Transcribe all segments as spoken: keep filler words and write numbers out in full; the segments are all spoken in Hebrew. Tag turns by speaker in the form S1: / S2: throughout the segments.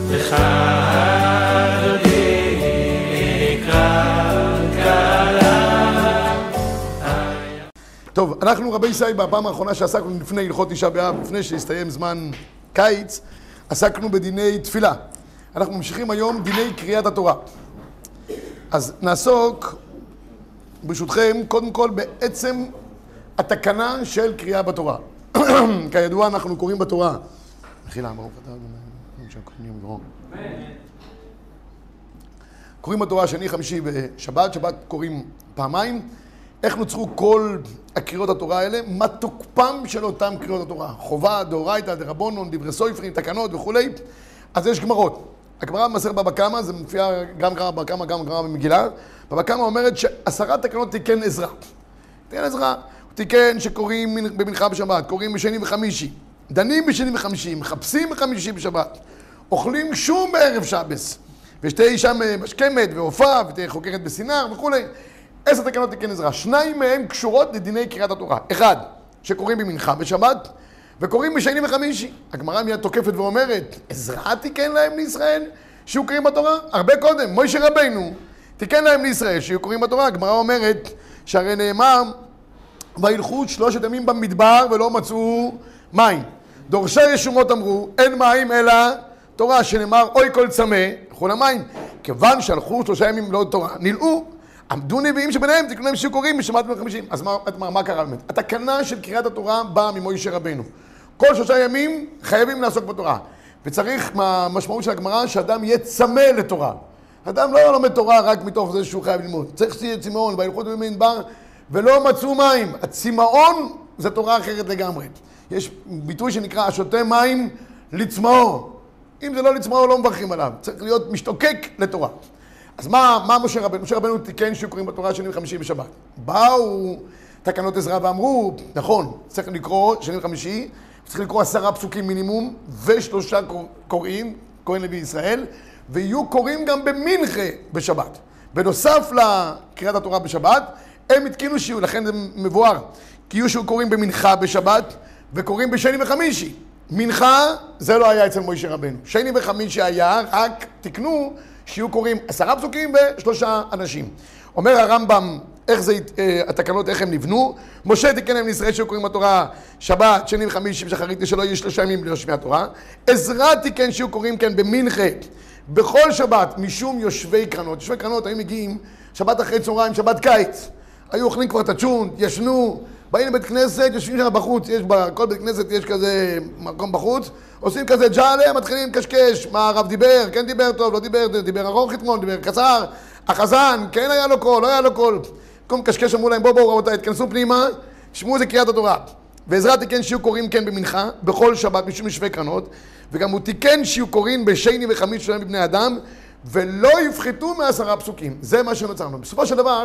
S1: לך אדוני אקרא קלה.
S2: טוב, אנחנו רבי ישראל בפעם האחרונה שעסקנו לפני הלכות תשעה באב, לפני שהסתיים זמן קיץ, עסקנו בדיני תפילה. אנחנו ממשיכים היום דיני קריאת התורה. אז נעסוק, ברשותכם, קודם כל בעצם התקנה של קריאה בתורה. כידוע, אנחנו קוראים בתורה. מחילה, ברוך אתה, קוראים בתורה שני, חמישי ושבת, שבת קוראים פעמיים. איך נוצרו כל הקריאות התורה האלה? מה תוקפם של אותם קריאות התורה? חובה, דאורייתא, דרבנן, דברי סופרים, תקנות וכולי. אז יש גמרות. הגמרא במסכת בבא קמא, זה מופיע גם גמרא בבא קמא, גם גמרא במגילה. בבא קמא אומרת שעשרת תקנות תיקן עזרא. תיקן עזרא, הוא תיקן שקוראים במנחה בשבת, קוראים בשני וחמישי, דנים בשני וחמישי, מחפשים בחמישי בשבת, אוכלים שום בערב שבס, ושתהיה שם משכמת ועופה, ותהיה חוקרת בסינר וכולי. עשר תקנות תיקן עזרא. שניים מהם קשורות לדיני קריאת התורה. אחד, שקוראים במנחה בשבת, וקוראים בשני וחמישי. הגמרא מיד תוקפת ואומרת, עזרא תיקן להם לישראל שיהיו קוראים בתורה? הרבה קודם, מוישה רבינו תיקן להם לישראל שיהיו קוראים בתורה. הגמרא אומרת שהרי נאמר, וילכו שלושת ימים במדבר ולא מצאו מים. דורשי רשומות אמרו, אין מים אלא תורה, שנאמר, אוי כל צמא, הלכו למים. כיוון שהלכו שלושה ימים לא תורה, נלאו, עמדו נביאים שביניהם, תקנו להם שיהיו קוראים בשבת וחמישים. אז מה, מה, מה קרה באמת? התקנה של קריאת התורה באה ממוישה רבינו. כל שלושה ימים חייבים לעסוק בתורה. וצריך, מהמשמעות של הגמרא, שאדם יהיה צמא לתורה. אדם לא לומד תורה רק מתוך זה שהוא חייב ללמוד. צריך שיהיה צמאון, וילכו במדבר ולא מצאו מים. הצמאון זה תורה אחרת לגמרי. יש ביטוי שנקרא, השותה מים לצמאו. אם זה לא לצמאו, לא מברכים עליו. צריך להיות משתוקק לתורה. אז מה, מה משה רבנו? משה רבנו תיקן שיהיו קוראים בתורה שני וחמישי בשבת. באו תקנות עזרא ואמרו, נכון, צריך לקרוא שני וחמישי, צריך לקרוא עשרה פסוקים מינימום, ושלושה קוראים, כהן לוי ישראל, ויהיו קוראים גם במנחה בשבת. בנוסף לקריאת התורה בשבת, הם התקינו שיהיו, לכן זה מבואר, כי יהיו שיהיו קוראים במנחה בשבת, וקוראים בשני וחמישי. מנחה, זה לא היה אצל משה רבנו. שני וחמישי היה, רק תקנו, שיהיו קוראים עשרה פסוקים ושלושה אנשים. אומר הרמב"ם, איך זה, התקנות, איך הם נבנו. משה תיקן להם לישראל שיהיו קוראים בתורה שבת, שני וחמישי ושחרית, שלא יהיה שלושה ימים בלי להשמיע התורה. עזרא תיקן שיהיו קוראים כן במנחה, בכל שבת, משום יושבי קרנות. יושבי קרנות היו מגיעים שבת אחרי צהריים, שבת קיץ. היו אוכלים כבר את הצ'ונט, ישנו, באים לבית כנסת, יושבים שם בחוץ, יש בכל בית כנסת יש כזה מקום בחוץ, עושים כזה ג'אלה, מתחילים קשקש, מה הרב דיבר, כן דיבר טוב, לא דיבר, דיבר ארוך אתמול, דיבר קצר, החזן, כן היה לו קול, לא היה לו קול. במקום קשקש אמרו להם, בואו בואו רבותיי, התכנסו פנימה, תשמעו איזה קריאת התורה. ועזרא תיקן שיהיו קוראים כן במנחה, בכל שבת משום יושבי קרנות, וגם הוא תיקן שיהיו קוראים בשני וחמישי שלהם בבני אדם, ולא יפחתו מעשרה פסוקים. זה מה שנוצרנו. בסופו של דבר,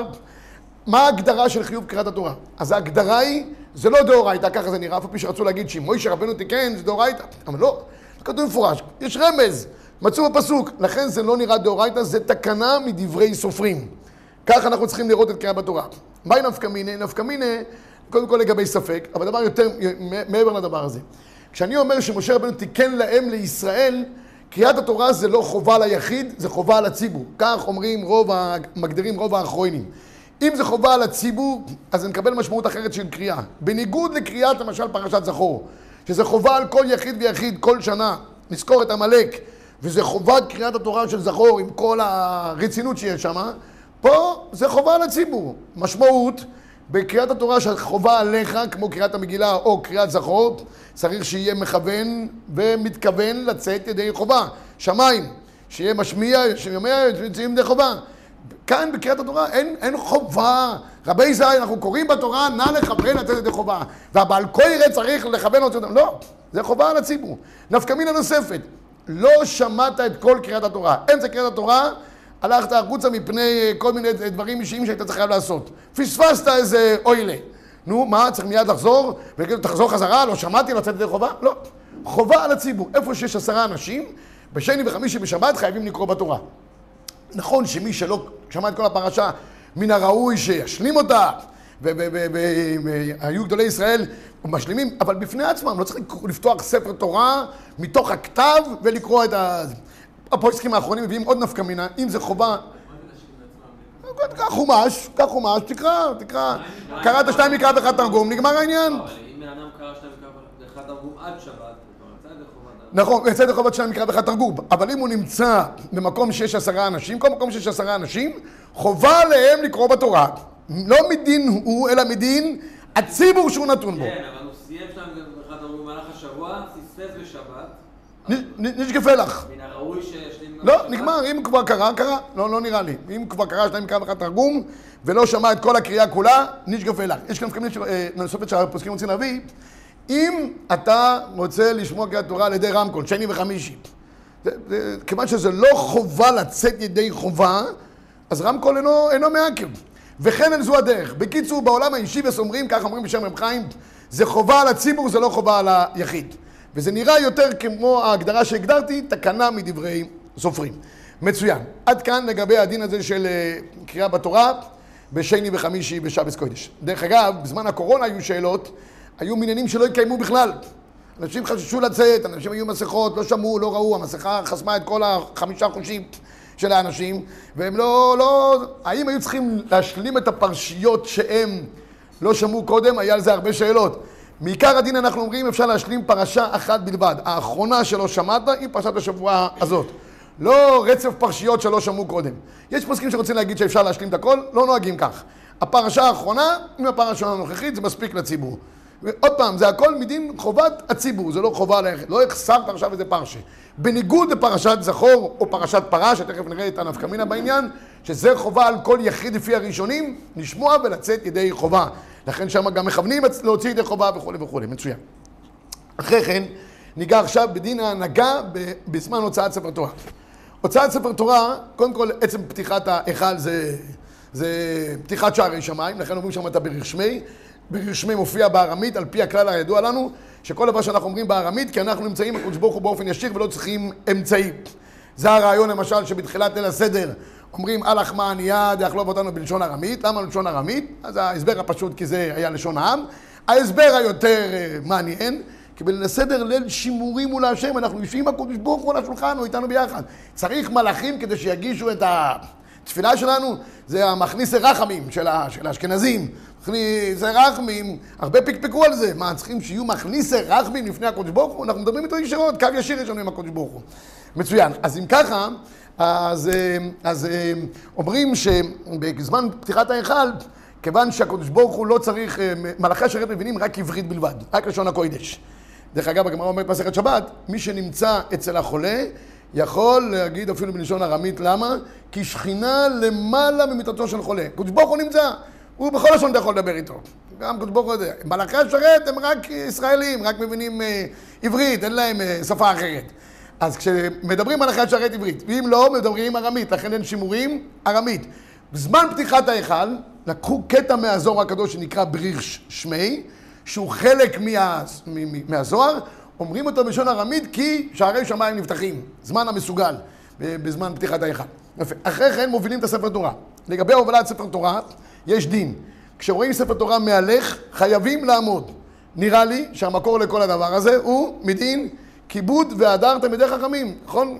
S2: מה ההגדרה של חיוב קריאת התורה? אז ההגדרה היא, זה לא דאורייתא, ככה זה נראה, אף פי שרצו להגיד שאם מוישה רבנו תיקן, זה דאורייתא. אבל לא, זה כתוב מפורש, יש רמז, מצאו בפסוק, לכן זה לא נראה דאורייתא, זה תקנה מדברי סופרים. כך אנחנו צריכים לראות את קריאה בתורה. מהי נפקא מינה? נפקא מינה, קודם כל לגבי ספק, אבל דבר יותר, מעבר לדבר הזה. כשאני אומר שמשה רבנו תיקן להם לישראל, קריאת התורה זה לא חובה ליחיד, זה חובה על הציבור. כך אומרים רוב, מגדירים רוב האחרונים. אם זה חובה על הציבור, אז זה מקבל משמעות אחרת של קריאה. בניגוד לקריאת למשל פרשת זכור, שזה חובה על כל יחיד ויחיד כל שנה, נזכור את עמלק, וזה חובת קריאת התורה של זכור עם כל הרצינות שיש שם, פה זה חובה על הציבור. משמעות, בקריאת התורה שחובה עליך, כמו קריאת המגילה או קריאת זכור, צריך שיהיה מכוון ומתכוון לצאת ידי חובה. שמיים, שיהיה משמיע, שיהיה ידי חובה. כאן בקריאת התורה אין, אין חובה. רבי זי, אנחנו קוראים בתורה, נא לכוון לצאת ידי חובה. והבעל קורא צריך לכוון לצאת ידי חובה. לא, זה חובה על הציבור. נפקא מינה נוספת. לא שמעת את כל קריאת התורה. אמצע קריאת התורה, הלכת החוצה מפני כל מיני דברים אישיים שהיית צריך לעשות. פספסת איזה אוילה. נו, מה, צריך מיד לחזור? ולהגיד, תחזור חזרה, לא שמעתי לצאת ידי חובה? לא. חובה על הציבור. איפה שיש עשרה אנשים, בשני וחמישי בשבת חייבים לקרוא בתורה. נכון שמי שלא שמע את כל הפרשה, מן הראוי שישלים אותה, והיו גדולי ישראל משלימים, אבל בפני עצמם לא צריך לפתוח ספר תורה מתוך הכתב ולקרוא את ה... הפוסקים האחרונים מביאים עוד נפקא מינה, אם זה חובה... קח חומש, קח חומש, תקרא, תקרא. קראת שתיים מקרא ואחד תרגום, נגמר העניין.
S1: אבל אם בן אדם קרא שתיים מקרא ואחד תרגום עד שבת,
S2: נכון, יצא ידי חובת שתיים מקרא ואחד תרגום, אבל אם הוא נמצא במקום שיש עשרה אנשים, כל מקום שיש עשרה אנשים, חובה עליהם לקרוא בתורה. לא מדין הוא, אלא מדין הציבור שהוא נתון בו.
S1: כן, אבל הוא סיים שתיים ואחד תרגום במהלך השבוע, פספס בשבת.
S2: נשגפה לך.
S1: מן הראוי שישלים...
S2: לא, נגמר, אם כבר קרא, קרא. לא, לא נראה לי. אם כבר קרא שתיים מקרא ואחד תרגום, ולא שמע את כל הקריאה כולה, נשגפה לך. יש כאן נפקא מינה נוספת שהפוסקים רוצים להביא. אם אתה רוצה לשמוע קריאת תורה על ידי רמקול, שני וחמישי, זה, זה, כיוון שזה לא חובה לצאת ידי חובה, אז רמקול אינו, אינו מעכב. וכן אין זו הדרך. בקיצור, בעולם האישי וסומרים, כך אומרים בשם רב חיים, זה חובה על הציבור, זה לא חובה על היחיד. וזה נראה יותר כמו ההגדרה שהגדרתי, תקנה מדברי סופרים. מצוין. עד כאן לגבי הדין הזה של קריאה בתורה, בשני וחמישי בשבס קודש. דרך אגב, בזמן הקורונה היו שאלות, היו מניינים שלא יקיימו בכלל. אנשים חששו לצאת, אנשים היו מסכות, לא שמעו, לא ראו, המסכה חסמה את כל החמישה חושים של האנשים, והם לא, לא... האם היו צריכים להשלים את הפרשיות שהם לא שמעו קודם? היה על זה הרבה שאלות. מעיקר הדין אנחנו אומרים, אפשר להשלים פרשה אחת בלבד. האחרונה שלא שמעת היא פרשת השבוע הזאת. לא רצף פרשיות שלא שמעו קודם. יש פוסקים שרוצים להגיד שאפשר להשלים את הכל, לא נוהגים כך. הפרשה האחרונה, עם הפרשה הנוכחית, זה מספיק לציבור. ועוד פעם, זה הכל מדין חובת הציבור, זה לא חובה ליחיד. לא החסרת עכשיו איזה פרשה. בניגוד לפרשת זכור או פרשת פרה, שתכף נראה את הנפקא מינה בעניין, שזה חובה על כל יחיד לפי הראשונים, לשמוע ולצאת ידי חובה. לכן שם גם מכוונים להוציא ידי חובה וכו' וכו'. מצוין. אחרי כן, ניגע עכשיו בדין ההנהגה בזמן הוצאת ספר תורה. הוצאת ספר תורה, קודם כל, עצם פתיחת ההיכל זה, זה פתיחת שערי שמיים, לכן אומרים שם את הבריך שמי. בריך שמי מופיע בארמית, על פי הכלל הידוע לנו, שכל דבר שאנחנו אומרים בארמית, כי אנחנו נמצאים הקדוש ברוך הוא באופן ישיר ולא צריכים אמצעים. זה הרעיון למשל שבתחילת ליל הסדר אומרים אל לחמה ענייה דאכלוב אותנו בלשון ארמית. למה לשון ארמית? אז ההסבר הפשוט כי זה היה לשון העם. ההסבר היותר מעניין, כי בליל הסדר ליל שימורים מול השם, אנחנו יושבים הקדוש ברוך הוא על השולחן, הוא איתנו ביחד. צריך מלאכים כדי שיגישו את התפילה שלנו, זה המכניס רחמים של האשכנזים. מכניס רחמים, הרבה פקפקו על זה. מה, צריכים שיהיו מכניס רחמים לפני הקדוש ברוך הוא? אנחנו מדברים איתו ישירות, קו ישיר יש לנו עם הקדוש ברוך הוא. מצוין. אז אם ככה, אז, אז אומרים שבזמן פתיחת ההיכל, כיוון שהקדוש ברוך הוא לא צריך, מלאכי השרת מבינים רק עברית בלבד, רק לשון הקודש. דרך אגב, הגמרא אומרת מסכת שבת, מי שנמצא אצל החולה, יכול להגיד אפילו בלשון ארמית, למה? כי שכינה למעלה ממיטתו של חולה. הקדוש ברוך הוא נמצא, הוא בכל לשון אתה יכול לדבר איתו. גם הקדוש ברוך הוא יודע. מלאכי השרת הם רק ישראלים, רק מבינים עברית, אין להם שפה אחרת. אז כשמדברים מלאכי השרת עברית, ואם לא, מדברים ארמית, לכן אין שימורים, ארמית. בזמן פתיחת ההיכל, לקחו קטע מהזוהר הקדוש שנקרא בריך שמי, שהוא חלק מה, מהזוהר, אומרים אותו בלשון ארמית כי שערי שמיים נפתחים, זמן המסוגל, בזמן פתיחת ההיכל. אחרי כן מובילים את הספר תורה. לגבי הובלת ספר תורה, יש דין. כשרואים ספר תורה מהלך, חייבים לעמוד. נראה לי שהמקור לכל הדבר הזה הוא מדין כיבוד והדרת מדי חכמים, נכון?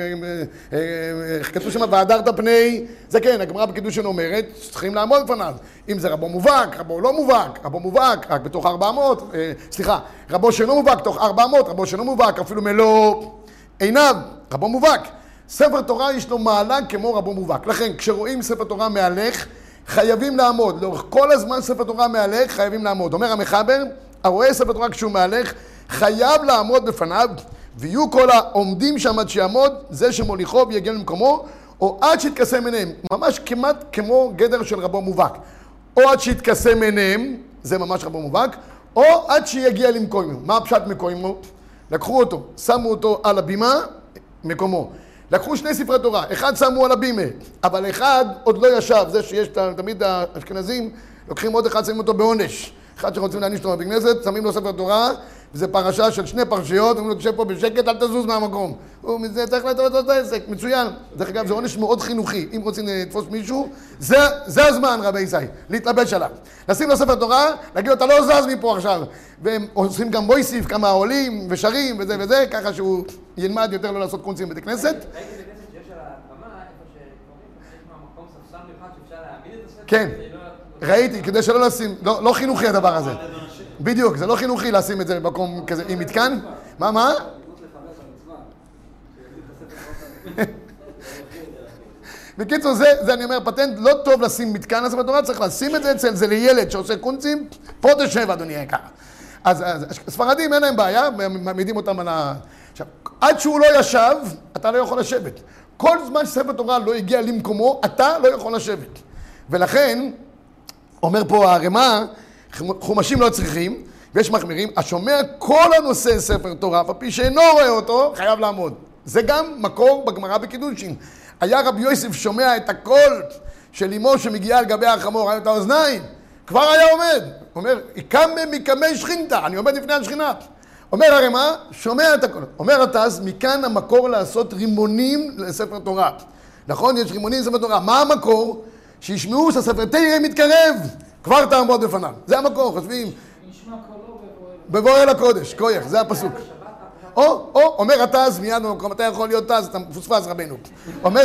S2: כתוב שם והדרת פני, זה כן, הגמרא בקידושין אומרת, צריכים לעמוד בפניו. אם זה רבו מובהק, רבו לא מובהק, רבו מובהק, רק בתוך ארבע מאות, סליחה, רבו שאינו מובהק, תוך ארבע מאות, רבו שאינו מובהק, אפילו מלוא עיניו, רבו מובהק. ספר תורה יש לו מעלה כמו רבו מובהק. לכן, כשרואים ספר תורה מהלך, חייבים לעמוד. לאורך כל הזמן ספר תורה מהלך, חייבים לעמוד. אומר המחבר, הרואה ספר תורה כשהוא מהלך, חייב לעמוד בפניו, ויהיו כל העומדים שם עד שיעמוד, זה שמוליכו ויגיע למקומו, או עד שיתכסה מעיניהם, ממש כמעט כמו גדר של רבו מובהק. או עד שיתכסה מעיניהם, זה ממש רבו מובהק, או עד שיגיע למקומו. מה הפשט מקומו? לקחו אותו, שמו אותו על הבימה, מקומו. לקחו שני ספרי תורה, אחד שמו על הבימה, אבל אחד עוד לא ישב, זה שיש תמיד האשכנזים, לוקחים עוד אחד, שמים אותו בעונש. אחד שרוצים להעניש אותו בבית כנסת, שמים לו ספר תורה, זה פרשה של שני פרשיות, הוא יושב פה בשקט, אל תזוז מהמקום. הוא צריך לתת את העסק, מצוין. דרך אגב, זה עונש מאוד חינוכי. אם רוצים לתפוס מישהו, זה, זה הזמן, רבי ישי, להתלבש עליו. לשים לו ספר תורה, להגיד לו, אתה לא זז מפה עכשיו. והם עושים גם מויסיף, כמה עולים ושרים וזה וזה, ככה שהוא ילמד יותר לא לעשות קונצים בבית כנסת.
S1: ראיתי בבית כנסת שיש על הבמה, איפה שיש מהמקום ספסל מיוחד שאפשר להעמיד את הספר.
S2: כן, ראיתי, כדי שלא לשים, לא, לא חינוכי הדבר הזה. בדיוק, זה לא חינוכי לשים את זה במקום כזה עם מתקן. מה, מה? בקיצור, זה, זה אני אומר, פטנט לא טוב לשים מתקן לספר תורה, צריך לשים את זה אצל זה לילד שעושה קונצים, פה תשב, אדוני היקר. אז, אז ספרדים אין להם בעיה, מעמידים אותם על ה... עכשיו, עד שהוא לא ישב, אתה לא יכול לשבת. כל זמן שספר תורה לא הגיע למקומו, אתה לא יכול לשבת. ולכן, אומר פה הרמ"א, חומשים לא צריכים, ויש מחמירים, השומע כל הנושא ספר תורה, ופי שאינו רואה אותו, חייב לעמוד. זה גם מקור בגמרא בקידושין. היה רבי יוסף שומע את הקול של אמו שמגיעה על גבי החמור, היה את האוזניים, כבר היה עומד. אומר, יקם מקמי שכינתא, אני עומד לפני השכינה. אומר הרמ"א, שומע את הקול. אומר התז, מכאן המקור לעשות רימונים לספר תורה. נכון, יש רימונים לספר תורה. מה המקור? שישמעו שהספר תראה מתקרב, כבר תעמוד בפניו. זה המקור, חושבים.
S3: נשמע קולו
S2: בבוא אל הקודש, כויח, זה הפסוק. או, או, אומר התז, מיד במקום, אתה יכול להיות תז, אתה מפוספס רבנו. אומר,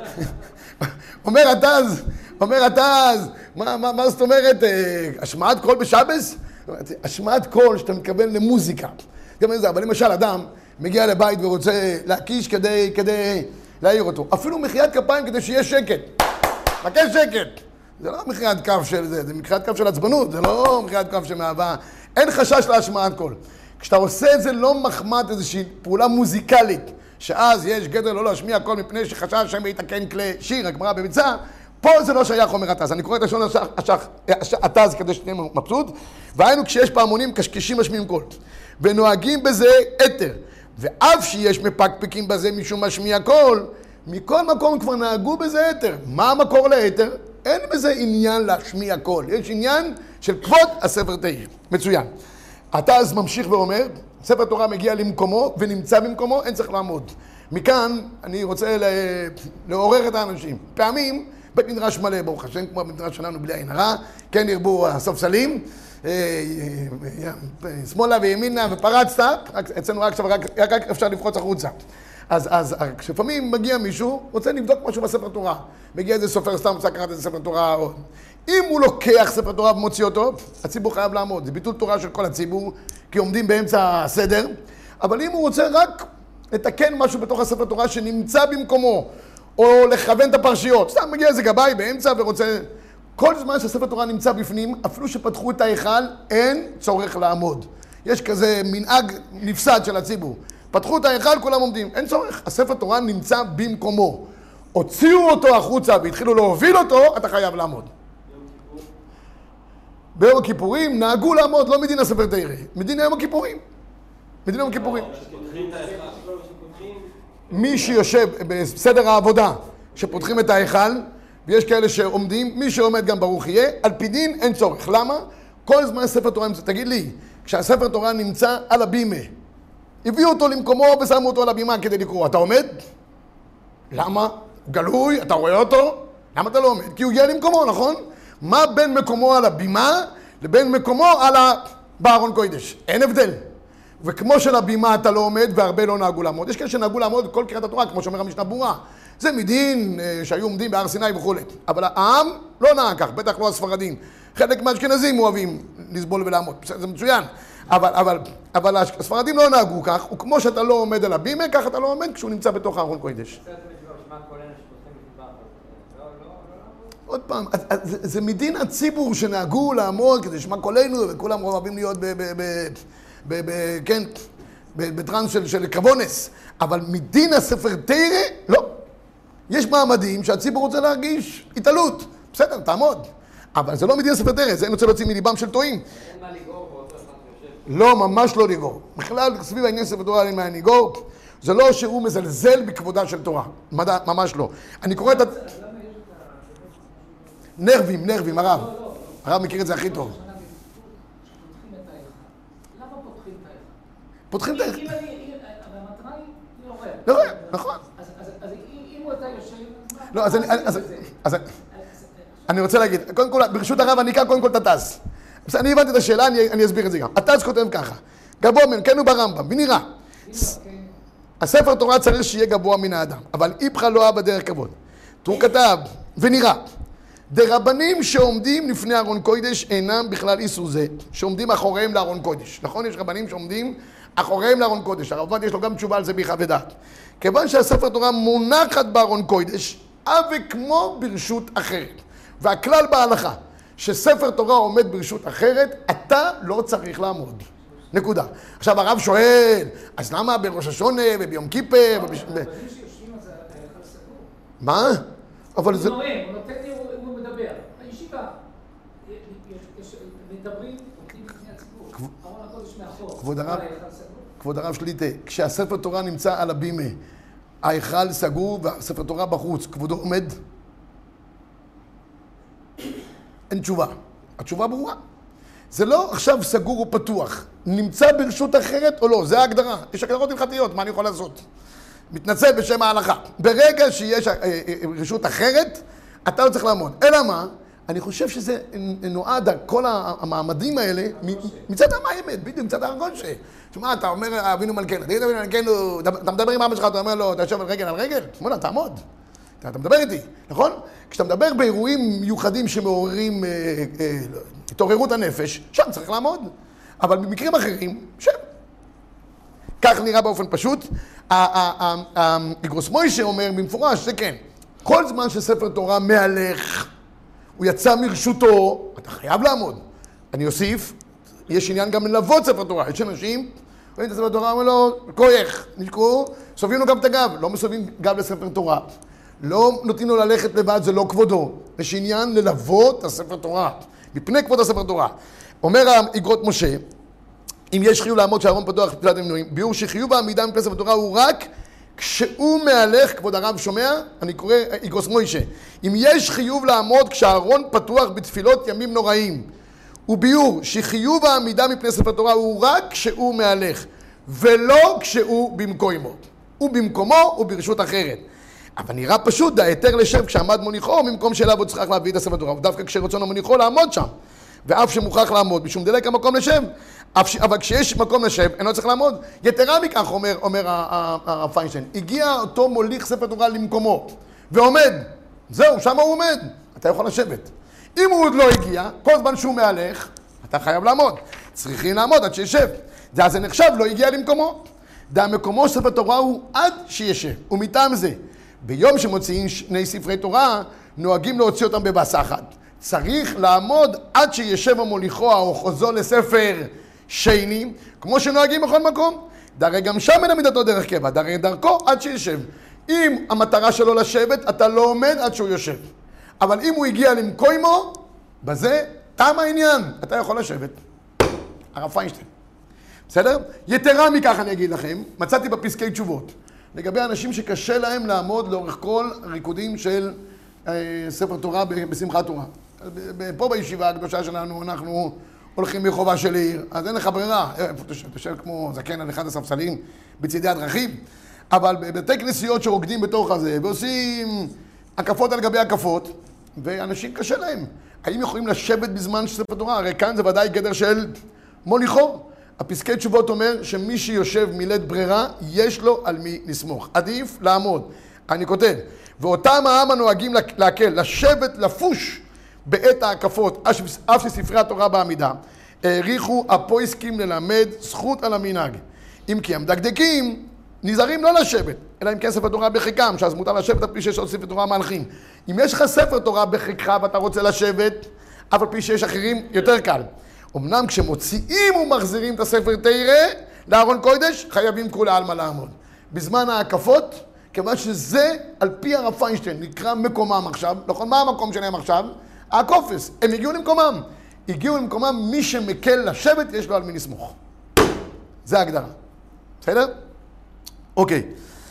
S2: אומר התז, אומר התז, מה, מה, מה זאת אומרת, השמעת קול בשבס? השמעת קול שאתה מתכוון למוזיקה. גם זה, אבל למשל אדם מגיע לבית ורוצה להקיש כדי, כדי להעיר אותו. אפילו מחיית כפיים כדי שיהיה שקט. בקש שקט. זה לא מחיית כף של זה, זה מחיית כף של עצבנות, זה לא מחיית כף שמהווה. אין חשש להשמעת קול. כשאתה עושה את זה לא מחמת איזושהי פעולה מוזיקלית, שאז יש גדר לא להשמיע קול מפני שחשש שם יתקן כלי שיר, הגמרא בביצה, פה זה לא שייך אומר התז. אני קורא את השון התז כדי שתהיה מבסוט, והיינו כשיש פעמונים קשקשים משמיעים קול, ונוהגים בזה אתר, ואף שיש מפקפקים בזה משום משמיע קול, מכל מקום כבר נהגו בזה אתר. מה המקור לאתר? אין בזה עניין להשמיע קול, יש עניין של כבוד הספר תראה. מצוין. התז ממשיך ואומר, ספר תורה מגיע למקומו ונמצא במקומו, אין צריך לעמוד. מכאן אני רוצה לעורר את האנשים. פעמים בית מדרש מלא, ברוך השם, כמו במדרש שלנו בלי עין הרע, כן ירבו הספסלים, שמאלה וימינה ופרצת, אצלנו רק, רק, רק אפשר לפרוץ החוצה. אז, אז כשפעמים מגיע מישהו, רוצה לבדוק משהו בספר תורה. מגיע איזה סופר, סתם רוצה לקחת איזה ספר תורה. או... אם הוא לוקח ספר תורה ומוציא אותו, הציבור חייב לעמוד. זה ביטול תורה של כל הציבור, כי עומדים באמצע הסדר. אבל אם הוא רוצה רק לתקן משהו בתוך הספר תורה שנמצא במקומו, או לכוון את הפרשיות, סתם מגיע איזה גבאי באמצע ורוצה... כל זמן שהספר תורה נמצא בפנים, אפילו שפתחו את ההיכל, אין צורך לעמוד. יש כזה מנהג נפסד של הציבור. פתחו את ההיכל, כולם עומדים. אין צורך. הספר תורה נמצא במקומו. הוציאו אותו החוצה והתחילו להוביל אותו, אתה חייב לעמוד. ביום הכיפורים נהגו לעמוד, לא מדין הספר תראה, מדין יום הכיפורים. מדין יום הכיפורים. מי שיושב בסדר העבודה, שפותחים את ההיכל, ויש כאלה שעומדים, מי שעומד גם ברוך יהיה, על פי דין אין צורך. למה? כל זמן ספר תורה נמצא, תגיד לי, כשהספר תורה נמצא על הבימה, הביאו אותו למקומו ושמו אותו על הבימה כדי לקרוא, אתה עומד? למה? הוא גלוי, אתה רואה אותו? למה אתה לא עומד? כי הוא הגיע למקומו, נכון? מה בין מקומו על הבימה לבין מקומו על בארון קודש? אין הבדל. וכמו של הבימה אתה לא עומד והרבה לא נהגו לעמוד. יש כאלה שנהגו לעמוד כל קריאת התורה, כמו שאומר המשנה ברורה. זה מדין שהיו עומדים בהר סיני וכו'. אבל העם לא נהג כך, בטח לא הספרדים. חלק מהאשכנזים אוהבים לסבול ולעמוד, זה מצוין. אבל, אבל, אבל הספרדים לא נהגו כך, וכמו שאתה לא עומד על הבימה, כך אתה לא עומד כשהוא נמצא בתוך הארון קודש. עוד פעם, זה מדין הציבור שנהגו לעמוד כדי לשמע קולנו, וכולם אוהבים להיות בטרנס של כבונס. אבל מדין הספר תראה, לא. יש מעמדים שהציבור רוצה להרגיש התעלות. בסדר, תעמוד. אבל זה לא מדין הספר תראה, זה אין רוצה להוציא מליבם של טועים.
S1: אין מה לגור באותו אחד שיושב.
S2: לא, ממש לא לגור. בכלל, סביב העניין ספר תורה אין מה לגור. זה לא שהוא מזלזל בכבודה של תורה. ממש לא. אני קורא את... נרבים, נרבים, הרב. הרב מכיר את זה הכי טוב.
S3: למה פותחים את ההיכל?
S2: פותחים את ה...
S3: אם אני... המטרה היא לעורר.
S2: לעורר, נכון.
S3: אז אם הוא אתה יושב...
S2: לא, אז אני... אז אני רוצה להגיד, קודם כל, ברשות הרב אני אקרא קודם כל את התז. אני הבנתי את השאלה, אני אסביר את זה גם. התז כותב ככה, גבוה מן, כן הוא ברמב"ם, ונראה. הספר תורה צריך שיהיה גבוה מן האדם, אבל איפכא לא אבא דרך כבוד. הוא כתב, ונראה, דרבנים שעומדים לפני ארון קודש אינם בכלל איסור זה, שעומדים אחוריהם לארון קודש. נכון? יש רבנים שעומדים אחוריהם לארון קודש. הרב עובדיה יש לו גם תשובה על זה ביחד ודעת. כיוון שהספר תורה מונחת בארון קודש, אבי כמו ברשות אחרת. והכלל בהלכה, שספר תורה עומד ברשות אחרת, אתה לא צריך לעמוד. נקודה. עכשיו הרב שואל, אז למה בראש השונה וביום כיפר? מה? אבל זה...
S3: הוא נואם, הוא נותן לי, הוא מדבר. הישיבה, מדברים, עומדים לפני הציבור. ארון הקודש מאחור.
S2: כבוד הרב, כבוד הרב שליטה, כשהספר תורה נמצא על הבימה, ההיכל סגור והספר תורה בחוץ, כבודו עומד? אין תשובה. התשובה ברורה. זה לא עכשיו סגור או פתוח. נמצא ברשות אחרת או לא, זה ההגדרה. יש הגדרות הלכתיות, מה אני יכול לעשות? מתנצל בשם ההלכה. ברגע שיש רשות אחרת, אתה לא צריך לעמוד. אלא מה? אני חושב שזה נועד, כל המעמדים האלה, מצד האמת, בדיוק מצד הרגושה. תשמע, אתה אומר, אבינו מלכנו, תגיד אבינו מלכנו, אתה מדבר עם אבא שלך, אתה אומר לו, אתה יושב על רגל על רגל? שמונה, תעמוד. אתה מדבר איתי, נכון? כשאתה מדבר באירועים מיוחדים שמעוררים התעוררות הנפש, שם צריך לעמוד. אבל במקרים אחרים, שם. כך נראה באופן פשוט. איגרוס מוישה אומר במפורש, זה כן. כל זמן שספר תורה מהלך, הוא יצא מרשותו, אתה חייב לעמוד. אני אוסיף, יש עניין גם ללוות ספר תורה. יש אנשים, רואים את הספר תורה, אומרים לו, כוייך, נשקעו, סובבים לו גם את הגב. לא מסובבים גב לספר תורה. לא נותנים לו ללכת לבד, זה לא כבודו. יש עניין ללוות את הספר תורה. מפני כבוד הספר תורה. אומר האיגרות משה, אם יש חיוב לעמוד שהארון פתוח בתפילת המנועים, ביאור שחיוב העמידה מפני ספר תורה הוא רק כשהוא מהלך, כבוד הרב שומע, אני קורא איגרוס מוישה, אם יש חיוב לעמוד כשהארון פתוח בתפילות ימים נוראים, וביאור שחיוב העמידה מפני ספר תורה הוא רק כשהוא מהלך, ולא כשהוא במקומו. הוא במקומו וברשות אחרת. אבל נראה פשוט, ההיתר לשב כשעמד מוניחו, ממקום שאליו הוא צריך להביא את הספר תורה, ודווקא כשרצון המוניחו לעמוד שם, ואף שמוכרח לעמוד, משום דלק המקום לשב, אבל כשיש מקום לשב, אינו צריך לעמוד. יתרה מכך, אומר, אומר הרב פיינשטיין, הגיע אותו מוליך ספר תורה למקומו, ועומד, זהו, שם הוא עומד, אתה יכול לשבת. אם הוא עוד לא הגיע, כל זמן שהוא מהלך, אתה חייב לעמוד. צריכים לעמוד עד שישב. זה אז זה נחשב, לא הגיע למקומו. והמקומו ספר תורה הוא עד שישב, ומטעם זה, ביום שמוציאים שני ספרי תורה, נוהגים להוציא אותם בבאסה אחת. צריך לעמוד עד שישב המוליכו או חוזו לספר שני, כמו שנוהגים בכל מקום. דרי גם שם אין עמידתו דרך קבע, דרי דרכו עד שישב. אם המטרה שלו לשבת, אתה לא עומד עד שהוא יושב. אבל אם הוא הגיע למקומו, בזה תם העניין, אתה יכול לשבת. הרב פיינשטיין. בסדר? יתרה מכך אני אגיד לכם, מצאתי בפסקי תשובות. לגבי אנשים שקשה להם לעמוד לאורך כל הריקודים של אה, ספר תורה בשמחת תורה. פה בישיבה הקדושה שלנו אנחנו הולכים מחובה של עיר, אז אין לך ברירה, איפה תשב, תשב כמו זקן על אחד הספסלים בצדי הדרכים, אבל בבתי כנסיות שרוקדים בתוך הזה ועושים הקפות על גבי הקפות, ואנשים קשה להם. האם יכולים לשבת בזמן של ספר תורה? הרי כאן זה ודאי גדר של מוליכו. הפסקי תשובות אומר שמי שיושב מילד ברירה, יש לו על מי לסמוך. עדיף לעמוד. אני כותב, ואותם העם הנוהגים להקל, לשבת, לפוש בעת ההקפות, אף שספרי התורה בעמידה, העריכו הפויסקים ללמד זכות על המנהג. אם כי המדקדקים נזהרים לא לשבת, אלא אם כן ספר תורה בחיקם, שאז מותר לשבת על פי שיש עוד ספר תורה מהלכים. אם יש לך ספר תורה בחיקך ואתה רוצה לשבת, אף על פי שיש אחרים, יותר קל. אמנם כשמוציאים ומחזירים את הספר תראה לארון קודש, חייבים כולה עלמא לעמוד. בזמן ההקפות, כיוון שזה על פי הרב פיינשטיין, נקרא מקומם עכשיו, נכון? מה המקום שלהם עכשיו? הקופס. הם הגיעו למקומם. הגיעו למקומם, מי שמקל לשבת, יש לו על מי לסמוך. זה ההגדרה. בסדר? אוקיי.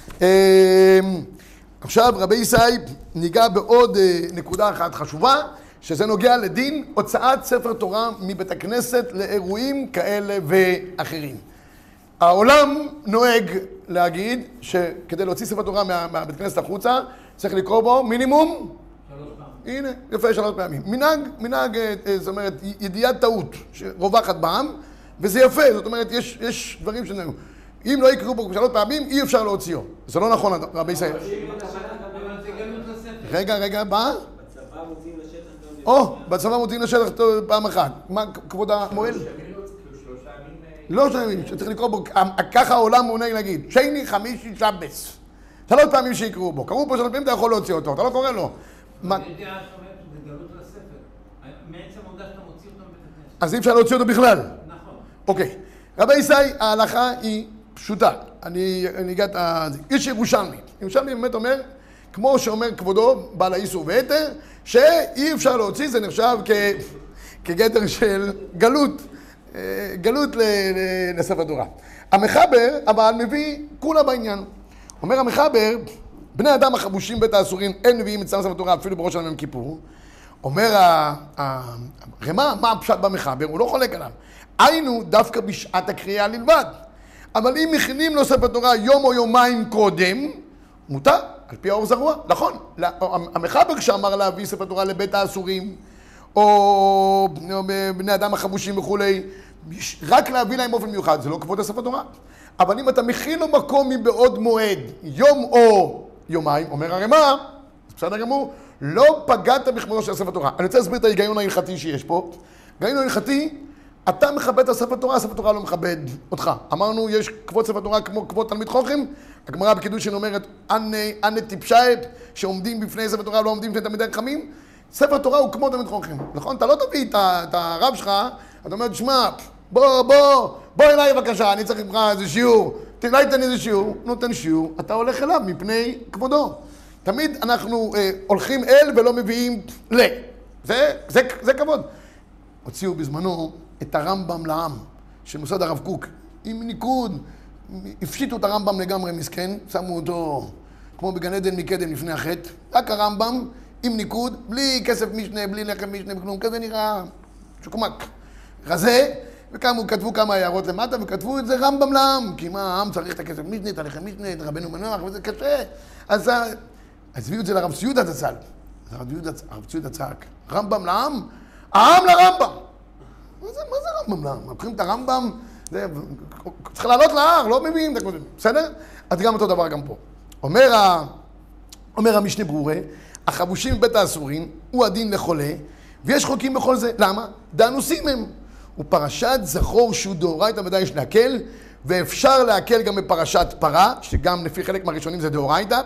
S2: עכשיו רבי ישי ניגע בעוד נקודה אחת חשובה, שזה נוגע לדין הוצאת ספר תורה מבית הכנסת לאירועים כאלה ואחרים. העולם נוהג להגיד שכדי להוציא ספר תורה מה, מהבית כנסת החוצה, צריך לקרוא בו מינימום.
S3: שלוש פעמים.
S2: הנה, יפה, שלוש פעמים. מנהג, מנהג, זאת אומרת, ידיעת טעות שרווחת בעם, וזה יפה, זאת אומרת, יש, יש דברים שנהגו. אם לא יקראו בו שלוש פעמים, אי אפשר להוציאו. זה לא נכון, רבי ישראל. רגע, רגע, מה?
S4: בצבא מוציאים לשטח גם...
S2: או, בצבא מוציאים לשטח פעם אחת. מה, כבוד המועל? לא שלושה ימים, שצריך לקרוא בו, ככה העולם מונהג להגיד. שני, חמישי, שבס. שלוש פעמים שיקראו בו. קראו פה שלוש פעמים, אתה יכול להוציא אותו, אתה לא קורא לו.
S5: אני יודע שאומרת שזה גלות לספר. מעצם העובדה שאתה מוציא אותו מבית הכנסת.
S2: אז אי אפשר להוציא אותו בכלל.
S5: נכון.
S2: אוקיי. רבי ישראל, ההלכה היא פשוטה. אני הגעת... יש ירושלמי. ירושלמי באמת אומר, כמו שאומר כבודו, בעל האיסור והיתר, שאי אפשר להוציא, זה נחשב כגדר של גלות. גלות לספר תורה. המחבר, אבל מביא כולה בעניין. אומר המחבר, בני אדם החבושים בית האסורים, אין מביאים את ספר תורה אפילו בראש השנה יום כיפור. אומר הרמ"א, מה הפשט במחבר? הוא לא חולק עליו. היינו דווקא בשעת הקריאה לבד. אבל אם מכינים לו ספר תורה יום או יומיים קודם, מותר, על פי האור זרוע. נכון, המחבר כשאמר להביא ספר תורה לבית האסורים, או בני אדם החבושים וכולי, רק להביא להם באופן מיוחד, זה לא כבוד הספר תורה. אבל אם אתה מכין לו מקום מבעוד מועד, יום או יומיים, אומר הרמ"א, בסדר גמור, לא פגעת בכבודו של הספר תורה. אני רוצה להסביר את ההיגיון ההלכתי שיש פה. ההיגיון ההלכתי, אתה מכבד את הספר תורה, הספר תורה לא מכבד אותך. אמרנו, יש כבוד ספר תורה כמו כבוד תלמיד חוכם, הגמרא בקידושין אומרת, אנה טיפשייט, שעומדים בפני ספר תורה ולא עומדים בפני תלמידי חכמים. ספר תורה הוא כמו תלמיד חוכם. נכון? אתה לא תביא את הרב שלך, אתה אומר, שמע, בוא, בוא, בוא אליי בבקשה, אני צריך ממך איזה שיעור. אולי תן איזה שיעור, נותן שיעור, אתה הולך אליו מפני כבודו. תמיד אנחנו אה, הולכים אל ולא מביאים ל. זה, זה, זה כבוד. הוציאו בזמנו את הרמב"ם לעם, של מוסד הרב קוק, עם ניקוד, הפשיטו את הרמב"ם לגמרי מסכן, שמו אותו כמו בגן עדן מקדם לפני החטא, רק הרמב"ם עם ניקוד, בלי כסף משנה, בלי לחם משנה, בכלום, כזה נראה שוקמק. רזה, וכמו כתבו כמה הערות למטה, וכתבו את זה רמב"ם לעם, כי מה, העם צריך את הכסף משנה, את הלחם משנה, את רבנו מנוח, וזה קשה. אז הביאו את זה לרב ציודה זצ"ל. הרב ציודה צעק, רמב"ם לעם? העם לרמב"ם! מה זה, מה זה רמב"ם לעם? לוקחים את הרמב"ם, זה, צריך לעלות להר, לא מביאים את הקודם, בסדר? אז גם אותו דבר גם פה. אומר, ה, אומר המשנה ברורה, החבושים בבית האסורים הוא הדין לחולה, ויש חוקים בכל זה. למה? דאנוסים הם. ופרשת זכור שהוא דאורייתא ודאי יש להקל, ואפשר להקל גם בפרשת פרה, שגם לפי חלק מהראשונים זה דאורייתא.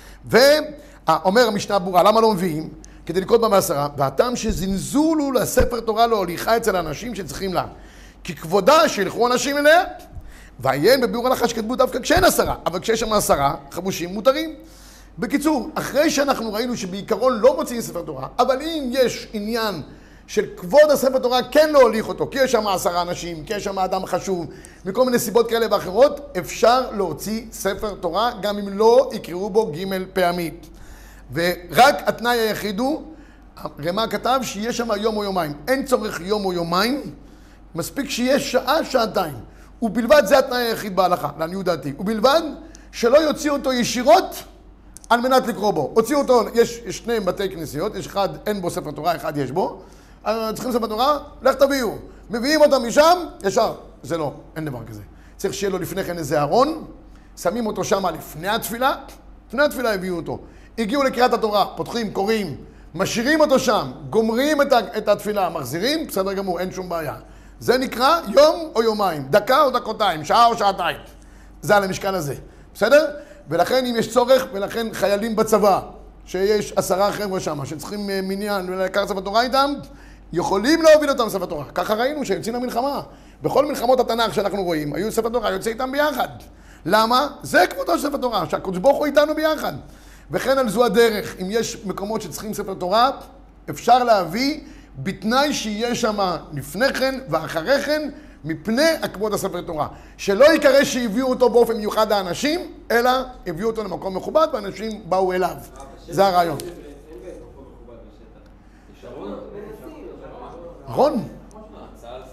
S2: ואומר המשנה ברורה, למה לא מביאים? כדי לקרוא בה בעשרה, והטעם שזנזולו לספר תורה להוליכה אצל האנשים שצריכים לה. כי כבודה שילכו אנשים אליה, ועיין בביאור הלכה שכתבו דווקא כשאין עשרה, אבל כשיש שם עשרה, חבושים מותרים. בקיצור, אחרי שאנחנו ראינו שבעיקרון לא מוציאים ספר תורה, אבל אם יש עניין של כבוד הספר תורה, כן להוליך אותו, כי יש שם עשרה אנשים, כי יש שם אדם חשוב, מכל מיני סיבות כאלה ואחרות, אפשר להוציא ספר תורה, גם אם לא יקראו בו ג' פעמית. ורק התנאי היחיד הוא, רמ"א כתב שיש שם יום או יומיים. אין צורך יום או יומיים, מספיק שיש שעה, שעתיים. ובלבד זה התנאי היחיד בהלכה, לעניות דעתי. ובלבד שלא יוציאו אותו ישירות על מנת לקרוא בו. הוציאו אותו, יש, יש שני בתי כנסיות, יש אחד אין בו ספר תורה, אחד יש בו. צריכים ספר תורה, לך תביאו. מביאים אותם משם, ישר. זה לא, אין דבר כזה. צריך שיהיה לו לפני כן איזה ארון, שמים אותו שם לפני התפילה, לפני התפילה הביאו אותו. הגיעו לקריאת התורה, פותחים, קוראים, משאירים אותו שם, גומרים את, את התפילה, מחזירים, בסדר גמור, אין שום בעיה. זה נקרא יום או יומיים, דקה או דקותיים, שעה או שעתיים. זה על המשכן הזה, בסדר? ולכן אם יש צורך, ולכן חיילים בצבא, שיש עשרה חבר'ה שם, שצריכים מניין ולקחת ספר תורה איתם, יכולים להוביל אותם ספר תורה. ככה ראינו שיוצאים למלחמה. בכל מלחמות התנ"ך שאנחנו רואים, היו ספר תורה, יוצא איתם ביחד. למה? זה כבודו של ספר תורה, שהקדוש ברוך הוא איתנו ביחד. וכן על זו הדרך, אם יש מקומות שצריכים ספר תורה, אפשר להביא בתנאי שיהיה שם לפני כן ואחרי כן, מפני הכבוד הספר תורה. שלא יקרא שהביאו אותו באופן מיוחד האנשים, אלא הביאו אותו למקום מכובד ואנשים באו אליו. זה הרעיון. רון?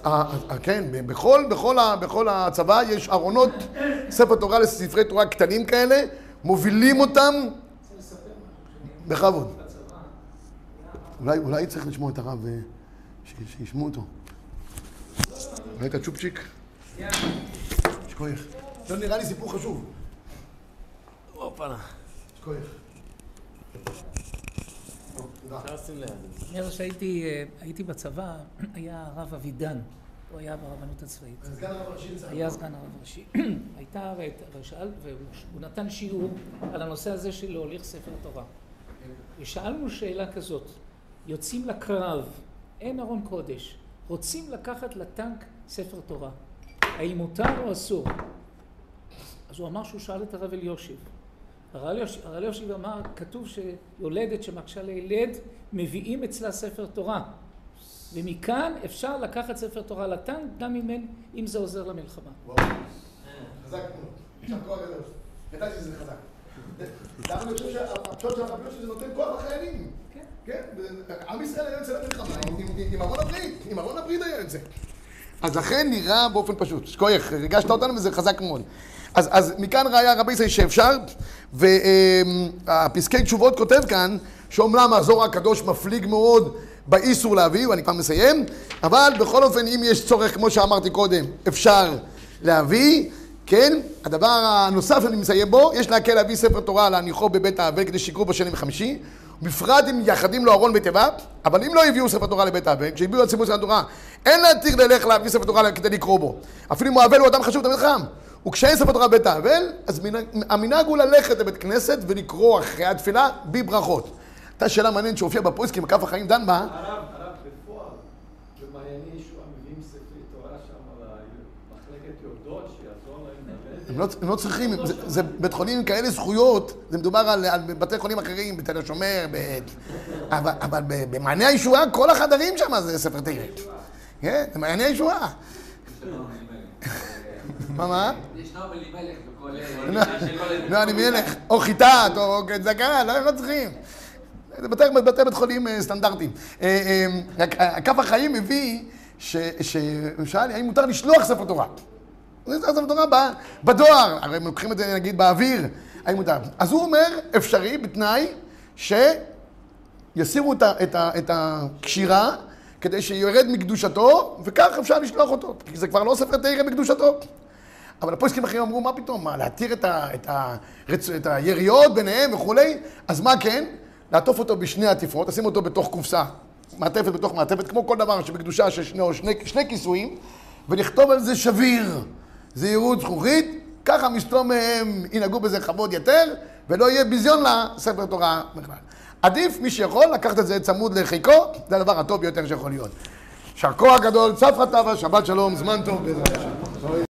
S2: כן, בכל, בכל, בכל הצבא יש ארונות ספר תורה לספרי תורה קטנים כאלה, מובילים אותם בכבוד. אולי, אולי צריך לשמוע את הרב, שישמעו אותו. אולי את הצ'ופצ'יק? שכוייך. זה נראה לי סיפור חשוב.
S4: אופנה.
S2: שכוייך.
S3: אני שהייתי הייתי בצבא, היה הרב אבידן, הוא היה ברבנות הצבאית.
S2: סגן הרב הראשי.
S3: היה סגן הרב הראשי. הייתה, ושאל, והוא נתן שיעור על הנושא הזה של להוליך ספר תורה. ושאלנו שאלה כזאת, יוצאים לקרב, אין ארון קודש, רוצים לקחת לטנק ספר תורה. האם מותר או אסור? אז הוא אמר שהוא שאל את הרב אליושיב. הרב אליושיב אמר, כתוב שיולדת שמקשה לילד, מביאים אצלה ספר תורה. ומכאן אפשר לקחת ספר תורה לטנק, גם אם, אם זה עוזר למלחמה.
S2: וואו, חזק מאוד. עכשיו כוח גדול. ידעתי שזה חזק. למה אני חושב שהפשוט של הרב אליושיב זה נותן כוח לחיילים. כן, עם ישראל היה יוצא למלחמה, עם ארון הברית, עם ארון הברית היה יוצא. אז לכן נראה באופן פשוט. שכוייך, ריגשת אותנו וזה חזק מאוד. אז, אז מכאן ראיה רבי ישראל שאפשר, והפסקי תשובות כותב כאן, שאומנם הזוהר הקדוש מפליג מאוד באיסור להביא, ואני כבר מסיים, אבל בכל אופן אם יש צורך, כמו שאמרתי קודם, אפשר להביא, כן? הדבר הנוסף שאני מסיים בו, יש להקל להביא ספר תורה להניחו בבית האבל כדי שיקרו בשני וחמישי, בפרט אם יחדים לו ארון בתיבה, אבל אם לא הביאו ספר תורה לבית האבל, כשהביאו לציבור ספר תורה, אין להתיר ללך להביא ספר תורה כדי לקרוא בו. אפילו אם הוא האבל הוא אדם חשוב תמיד חם. וכשאין ספר תורה בבית האבל, אז המנהג הוא ללכת לבית כנסת ולקרוא אחרי התפילה בברכות. הייתה שאלה מעניינת שהופיעה בפוסקים, כף החיים דן בה.
S6: הרב, הרב, בפועל, במעייני ישועה מביאים ספרי תורה שם למחלקת יולדות, שיעזור להם ללדת.
S2: הם לא צריכים, זה בית חולים עם כאלה זכויות, זה מדובר על בתי חולים אחרים, בתל השומר, אבל במעייני הישועה, כל החדרים שם זה ספר תורה. כן, זה מעייני הישועה. מה, מה?
S1: ישנו אלימלך בכל...
S2: לא, אני מלך, או חיטת, או צדקה, לא, הם לא צריכים. זה בתי בית חולים סטנדרטיים. כף החיים מביא ששאל, האם מותר לשלוח ספר תורה? ספר תורה בדואר, הרי הם לוקחים את זה נגיד באוויר, האם מותר? אז הוא אומר, אפשרי בתנאי שיסירו את הקשירה כדי שירד מקדושתו, וכך אפשר לשלוח אותו, כי זה כבר לא ספר תורה בקדושתו. אבל הפוסקים אחרים אמרו, מה פתאום? מה, להתיר את, ה, את, ה, את היריות ביניהם וכולי? אז מה כן? לעטוף אותו בשני עטיפות, לשים אותו בתוך קופסה, מעטפת בתוך מעטפת, כמו כל דבר שבקדושה של שני, שני, שני כיסויים, ולכתוב על זה שביר, זהירות זכוכית, ככה מסתום מהם ינהגו בזה כבוד יתר, ולא יהיה ביזיון לספר תורה בכלל. עדיף מי שיכול לקחת את זה צמוד לחיקו, זה הדבר הטוב ביותר שיכול להיות. יישר כוח גדול, צפרא טבא, שבת שלום, זמן טוב.